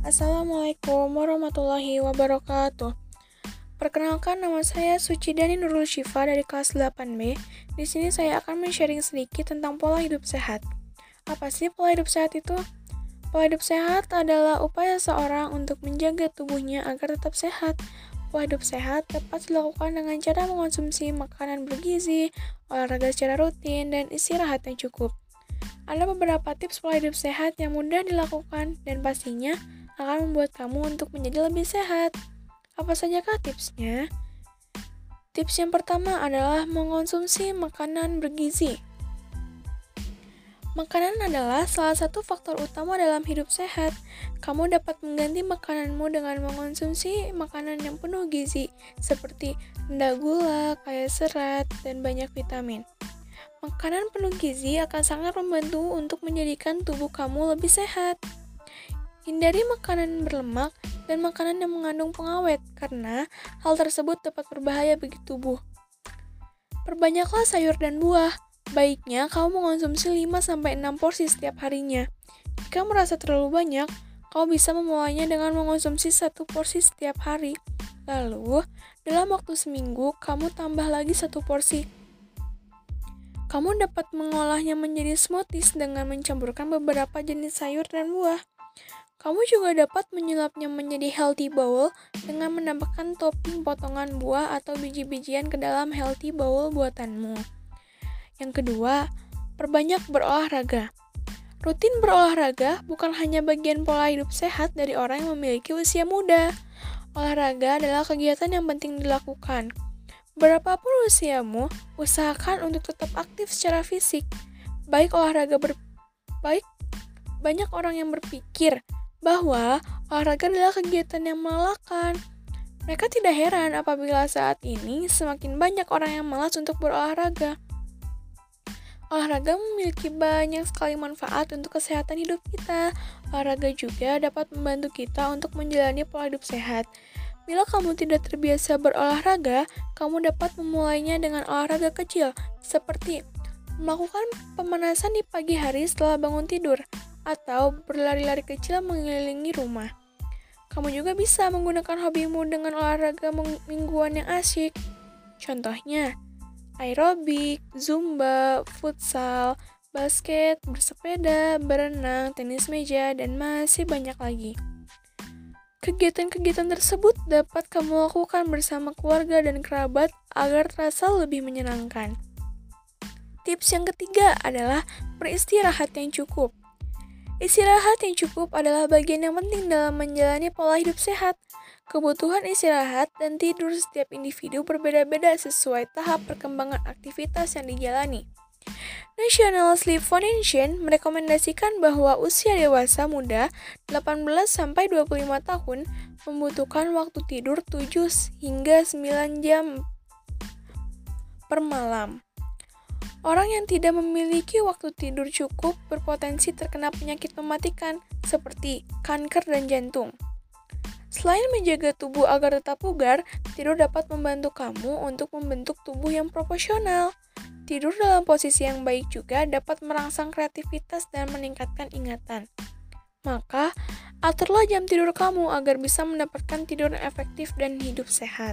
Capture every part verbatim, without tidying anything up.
Assalamualaikum warahmatullahi wabarakatuh. Perkenalkan, nama saya Sucidani Nurul Syifa dari kelas delapan B. Di sini saya akan men-sharing sedikit tentang pola hidup sehat. Apa sih pola hidup sehat itu? Pola hidup sehat adalah upaya seorang untuk menjaga tubuhnya agar tetap sehat. Pola hidup sehat dapat dilakukan dengan cara mengonsumsi makanan bergizi, olahraga secara rutin, dan istirahat yang cukup. Ada beberapa tips pola hidup sehat yang mudah dilakukan dan pastinya akan membuat kamu untuk menjadi lebih sehat. Apa sajakah tipsnya? Tips yang pertama adalah mengonsumsi makanan bergizi. Makanan adalah salah satu faktor utama dalam hidup sehat. Kamu dapat mengganti makananmu dengan mengonsumsi makanan yang penuh gizi, seperti rendah gula, kaya serat, dan banyak vitamin. Makanan penuh gizi akan sangat membantu untuk menjadikan tubuh kamu lebih sehat. Hindari makanan berlemak dan makanan yang mengandung pengawet, karena hal tersebut dapat berbahaya bagi tubuh. Perbanyaklah sayur dan buah. Baiknya kamu mengonsumsi lima sampai enam porsi setiap harinya. Jika merasa terlalu banyak, kamu bisa memulainya dengan mengonsumsi satu porsi setiap hari. Lalu, dalam waktu seminggu, kamu tambah lagi satu porsi. Kamu dapat mengolahnya menjadi smoothies dengan mencampurkan beberapa jenis sayur dan buah. Kamu juga dapat menyulapnya menjadi healthy bowl dengan menambahkan topping potongan buah atau biji-bijian ke dalam healthy bowl buatanmu. Yang kedua, perbanyak berolahraga. Rutin berolahraga bukan hanya bagian pola hidup sehat dari orang yang memiliki usia muda. Olahraga adalah kegiatan yang penting dilakukan. Berapapun usiamu, usahakan untuk tetap aktif secara fisik. Baik olahraga ber... Baik banyak orang yang berpikir bahwa olahraga adalah kegiatan yang melelahkan. Mereka tidak heran apabila saat ini semakin banyak orang yang malas untuk berolahraga. Olahraga memiliki banyak sekali manfaat untuk kesehatan hidup kita. Olahraga juga dapat membantu kita untuk menjalani pola hidup sehat. Bila kamu tidak terbiasa berolahraga, kamu dapat memulainya dengan olahraga kecil, seperti melakukan pemanasan di pagi hari setelah bangun tidur, atau berlari-lari kecil mengelilingi rumah. Kamu juga bisa menggunakan hobimu dengan olahraga mingguan yang asyik. Contohnya, aerobik, zumba, futsal, basket, bersepeda, berenang, tenis meja, dan masih banyak lagi. Kegiatan-kegiatan tersebut dapat kamu lakukan bersama keluarga dan kerabat agar terasa lebih menyenangkan. Tips yang ketiga adalah beristirahat yang cukup. Istirahat yang cukup adalah bagian yang penting dalam menjalani pola hidup sehat. Kebutuhan istirahat dan tidur setiap individu berbeda-beda sesuai tahap perkembangan aktivitas yang dijalani. National Sleep Foundation merekomendasikan bahwa usia dewasa muda delapan belas sampai dua puluh lima tahun membutuhkan waktu tidur tujuh hingga sembilan jam per malam. Orang yang tidak memiliki waktu tidur cukup berpotensi terkena penyakit mematikan seperti kanker dan jantung. Selain menjaga tubuh agar tetap bugar, tidur dapat membantu kamu untuk membentuk tubuh yang proporsional. Tidur dalam posisi yang baik juga dapat merangsang kreativitas dan meningkatkan ingatan. Maka, aturlah jam tidur kamu agar bisa mendapatkan tidur yang efektif dan hidup sehat.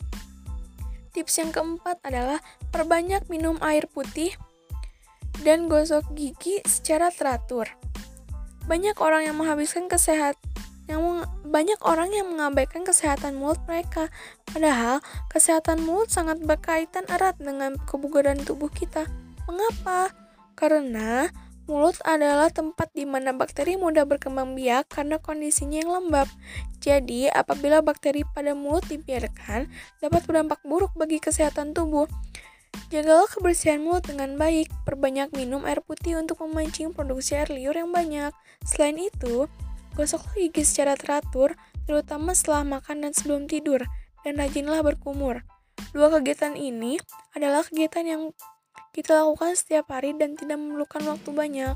Tips yang keempat adalah perbanyak minum air putih dan gosok gigi secara teratur. Banyak orang yang menghabiskan kesehatan yang meng- banyak orang yang mengabaikan kesehatan mulut mereka. Padahal, kesehatan mulut sangat berkaitan erat dengan kebugaran tubuh kita. Mengapa? Karena mulut adalah tempat di mana bakteri mudah berkembang biak karena kondisinya yang lembab. Jadi, apabila bakteri pada mulut dibiarkan, dapat berdampak buruk bagi kesehatan tubuh. Jagalah kebersihan mulut dengan baik. Perbanyak minum air putih untuk memancing produksi air liur yang banyak. Selain itu, gosoklah gigi secara teratur, terutama setelah makan dan sebelum tidur, dan rajinlah berkumur. Dua kegiatan ini adalah kegiatan yang kita lakukan setiap hari dan tidak memerlukan waktu banyak.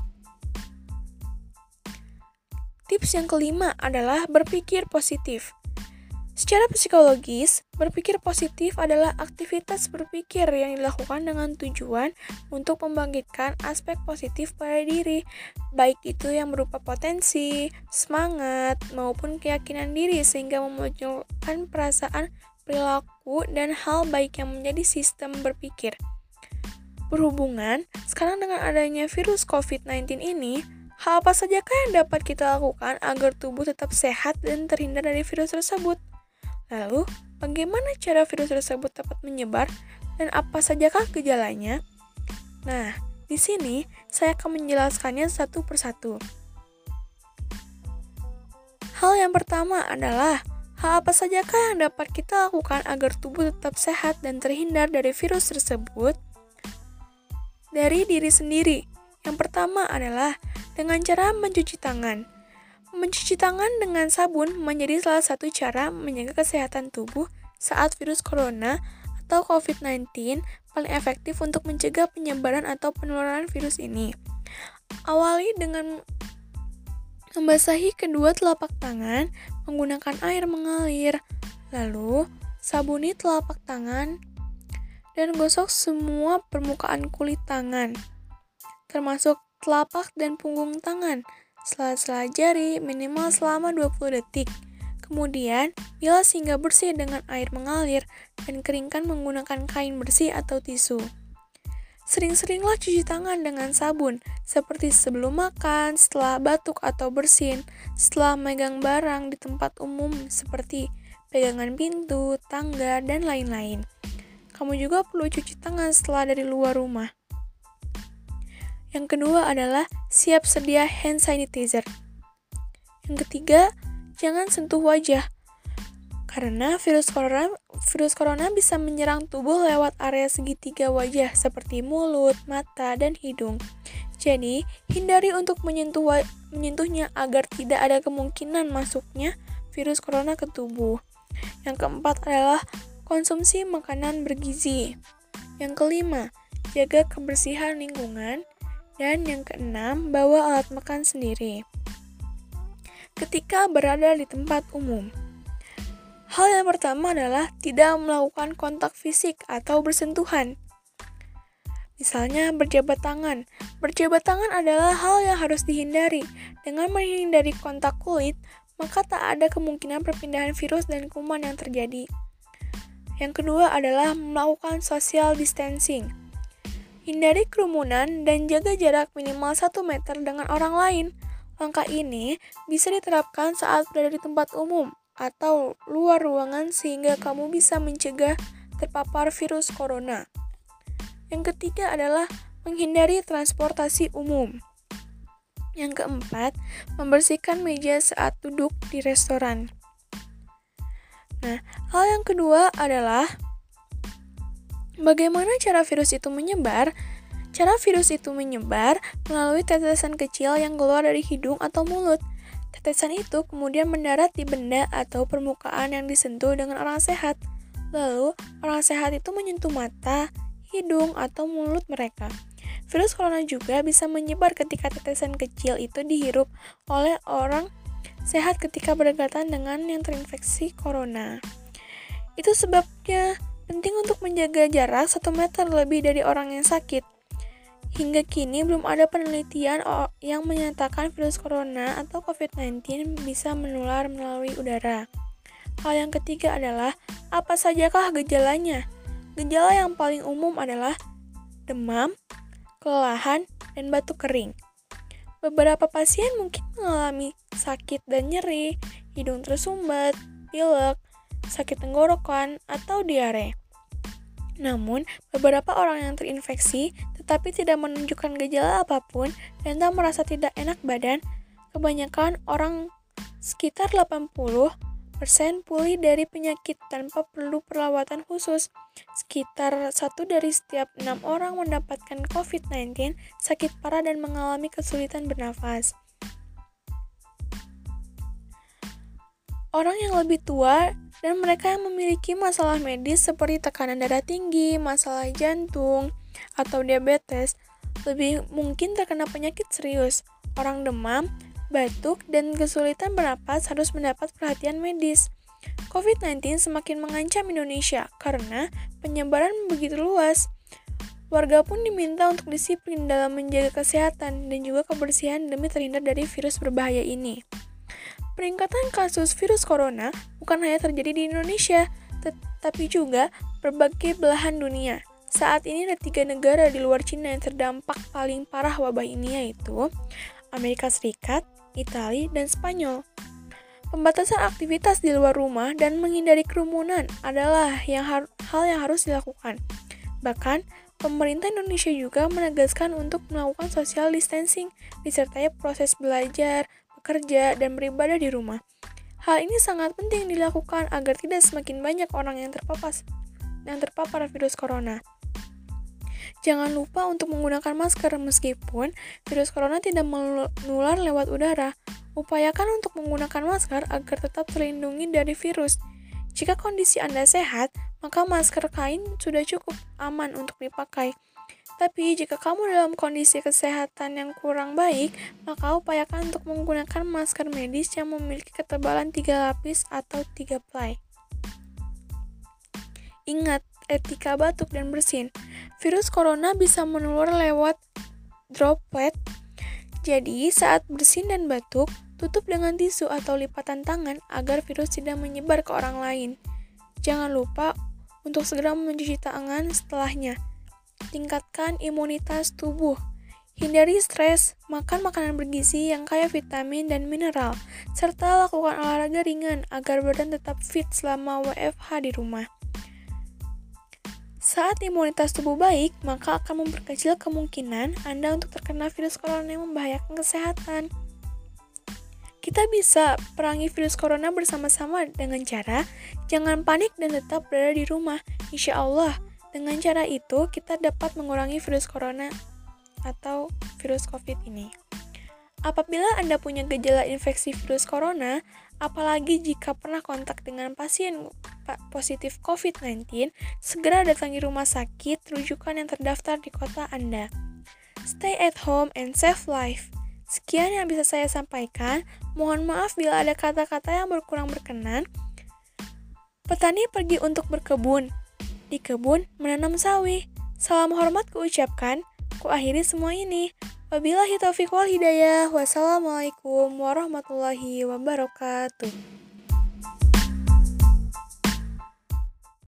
Tips yang kelima adalah berpikir positif. Secara psikologis, berpikir positif adalah aktivitas berpikir yang dilakukan dengan tujuan untuk membangkitkan aspek positif pada diri, baik itu yang berupa potensi, semangat, maupun keyakinan diri sehingga memunculkan perasaan, perilaku, dan hal baik yang menjadi sistem berpikir. Berhubungan, sekarang dengan adanya virus covid sembilan belas ini, hal apa sajakah yang dapat kita lakukan agar tubuh tetap sehat dan terhindar dari virus tersebut? Lalu, bagaimana cara virus tersebut dapat menyebar dan apa sajakah gejalanya? Nah, di sini saya akan menjelaskannya satu persatu. Hal yang pertama adalah, hal apa sajakah yang dapat kita lakukan agar tubuh tetap sehat dan terhindar dari virus tersebut? Dari diri sendiri. Yang pertama adalah dengan cara mencuci tangan. Mencuci tangan dengan sabun menjadi salah satu cara menjaga kesehatan tubuh saat virus corona atau covid sembilan belas paling efektif untuk mencegah penyebaran atau penularan virus ini. Awali dengan membasahi kedua telapak tangan menggunakan air mengalir, lalu sabuni telapak tangan dan gosok semua permukaan kulit tangan, termasuk telapak dan punggung tangan, sela-sela jari minimal selama dua puluh detik. Kemudian, bilas hingga bersih dengan air mengalir dan keringkan menggunakan kain bersih atau tisu. Sering-seringlah cuci tangan dengan sabun, seperti sebelum makan, setelah batuk atau bersin, setelah megang barang di tempat umum seperti pegangan pintu, tangga, dan lain-lain. Kamu juga perlu cuci tangan setelah dari luar rumah. Yang kedua adalah siap sedia hand sanitizer. Yang ketiga, jangan sentuh wajah. Karena virus corona, virus corona bisa menyerang tubuh lewat area segitiga wajah seperti mulut, mata, dan hidung. Jadi, hindari untuk menyentuh wa- menyentuhnya agar tidak ada kemungkinan masuknya virus corona ke tubuh. Yang keempat adalah konsumsi makanan bergizi. Yang kelima, jaga kebersihan lingkungan. Dan yang keenam, bawa alat makan sendiri ketika berada di tempat umum. Hal yang pertama adalah tidak melakukan kontak fisik atau bersentuhan. Misalnya berjabat tangan. Berjabat tangan adalah hal yang harus dihindari. Dengan menghindari kontak kulit, maka tak ada kemungkinan perpindahan virus dan kuman yang terjadi. Yang kedua adalah melakukan social distancing. Hindari kerumunan dan jaga jarak minimal satu meter dengan orang lain. Langkah ini bisa diterapkan saat berada di tempat umum atau luar ruangan sehingga kamu bisa mencegah terpapar virus corona. Yang ketiga adalah menghindari transportasi umum. Yang keempat, membersihkan meja saat duduk di restoran. Nah, hal yang kedua adalah bagaimana cara virus itu menyebar? Cara virus itu menyebar melalui tetesan kecil yang keluar dari hidung atau mulut. Tetesan itu kemudian mendarat di benda atau permukaan yang disentuh dengan orang sehat. Lalu, orang sehat itu menyentuh mata, hidung, atau mulut mereka. Virus corona juga bisa menyebar ketika tetesan kecil itu dihirup oleh orang sehat ketika berdekatan dengan yang terinfeksi corona. Itu sebabnya penting untuk menjaga jarak satu meter lebih dari orang yang sakit. Hingga kini belum ada penelitian yang menyatakan virus corona atau covid sembilan belas bisa menular melalui udara. Hal yang ketiga adalah, apa sajakah gejalanya? Gejala yang paling umum adalah demam, kelelahan, dan batuk kering. Beberapa pasien mungkin mengalami sakit dan nyeri, hidung tersumbat, pilek, sakit tenggorokan, atau diare. Namun, beberapa orang yang terinfeksi tetapi tidak menunjukkan gejala apapun dan tak merasa tidak enak badan, kebanyakan orang sekitar delapan puluh persen pulih dari penyakit tanpa perlu perawatan khusus. Sekitar satu dari setiap enam orang mendapatkan covid sembilan belas sakit parah dan mengalami kesulitan bernafas. Orang yang lebih tua dan mereka yang memiliki masalah medis seperti tekanan darah tinggi, masalah jantung, atau diabetes, lebih mungkin terkena penyakit serius. Orang demam, batuk, dan kesulitan bernapas harus mendapat perhatian medis. covid sembilan belas semakin mengancam Indonesia karena penyebaran begitu luas. Warga pun diminta untuk disiplin dalam menjaga kesehatan dan juga kebersihan demi terhindar dari virus berbahaya ini. Peningkatan kasus virus corona bukan hanya terjadi di Indonesia, tetapi juga berbagai belahan dunia. Saat ini ada tiga negara di luar Cina yang terdampak paling parah wabah ini, yaitu Amerika Serikat, Italia, dan Spanyol. Pembatasan aktivitas di luar rumah dan menghindari kerumunan adalah yang har- hal yang harus dilakukan. Bahkan, pemerintah Indonesia juga menegaskan untuk melakukan social distancing, disertai proses belajar, bekerja, dan beribadah di rumah. Hal ini sangat penting dilakukan agar tidak semakin banyak orang yang terpapar, yang terpapar virus corona. Jangan lupa untuk menggunakan masker meskipun virus corona tidak menular lewat udara. Upayakan untuk menggunakan masker agar tetap terlindungi dari virus. Jika kondisi Anda sehat, maka masker kain sudah cukup aman untuk dipakai. Tapi jika kamu dalam kondisi kesehatan yang kurang baik, maka upayakan untuk menggunakan masker medis yang memiliki ketebalan tiga lapis atau tiga ply. Ingat, etika batuk dan bersin. Virus corona bisa menular lewat droplet. Jadi, saat bersin dan batuk, tutup dengan tisu atau lipatan tangan agar virus tidak menyebar ke orang lain. Jangan lupa untuk segera mencuci tangan setelahnya. Tingkatkan imunitas tubuh. Hindari stres, makan makanan bergizi yang kaya vitamin dan mineral, serta lakukan olahraga ringan agar badan tetap fit selama W F H di rumah. Saat imunitas tubuh baik, maka akan memperkecil kemungkinan Anda untuk terkena virus corona yang membahayakan kesehatan. Kita bisa perangi virus corona bersama-sama dengan cara jangan panik dan tetap berada di rumah. Insya Allah, dengan cara itu kita dapat mengurangi virus corona atau virus COVID ini. Apabila Anda punya gejala infeksi virus corona, apalagi jika pernah kontak dengan pasien positif covid sembilan belas, segera datangi rumah sakit rujukan yang terdaftar di kota Anda. Stay at home and save life. Sekian yang bisa saya sampaikan. Mohon maaf bila ada kata-kata yang berkurang berkenan. Petani pergi untuk berkebun. Di kebun menanam sawi. Salam hormat kuucapkan. Kuakhiri semua ini. Wabillahi taufiq wal hidayah. Wassalamualaikum warahmatullahi wabarakatuh.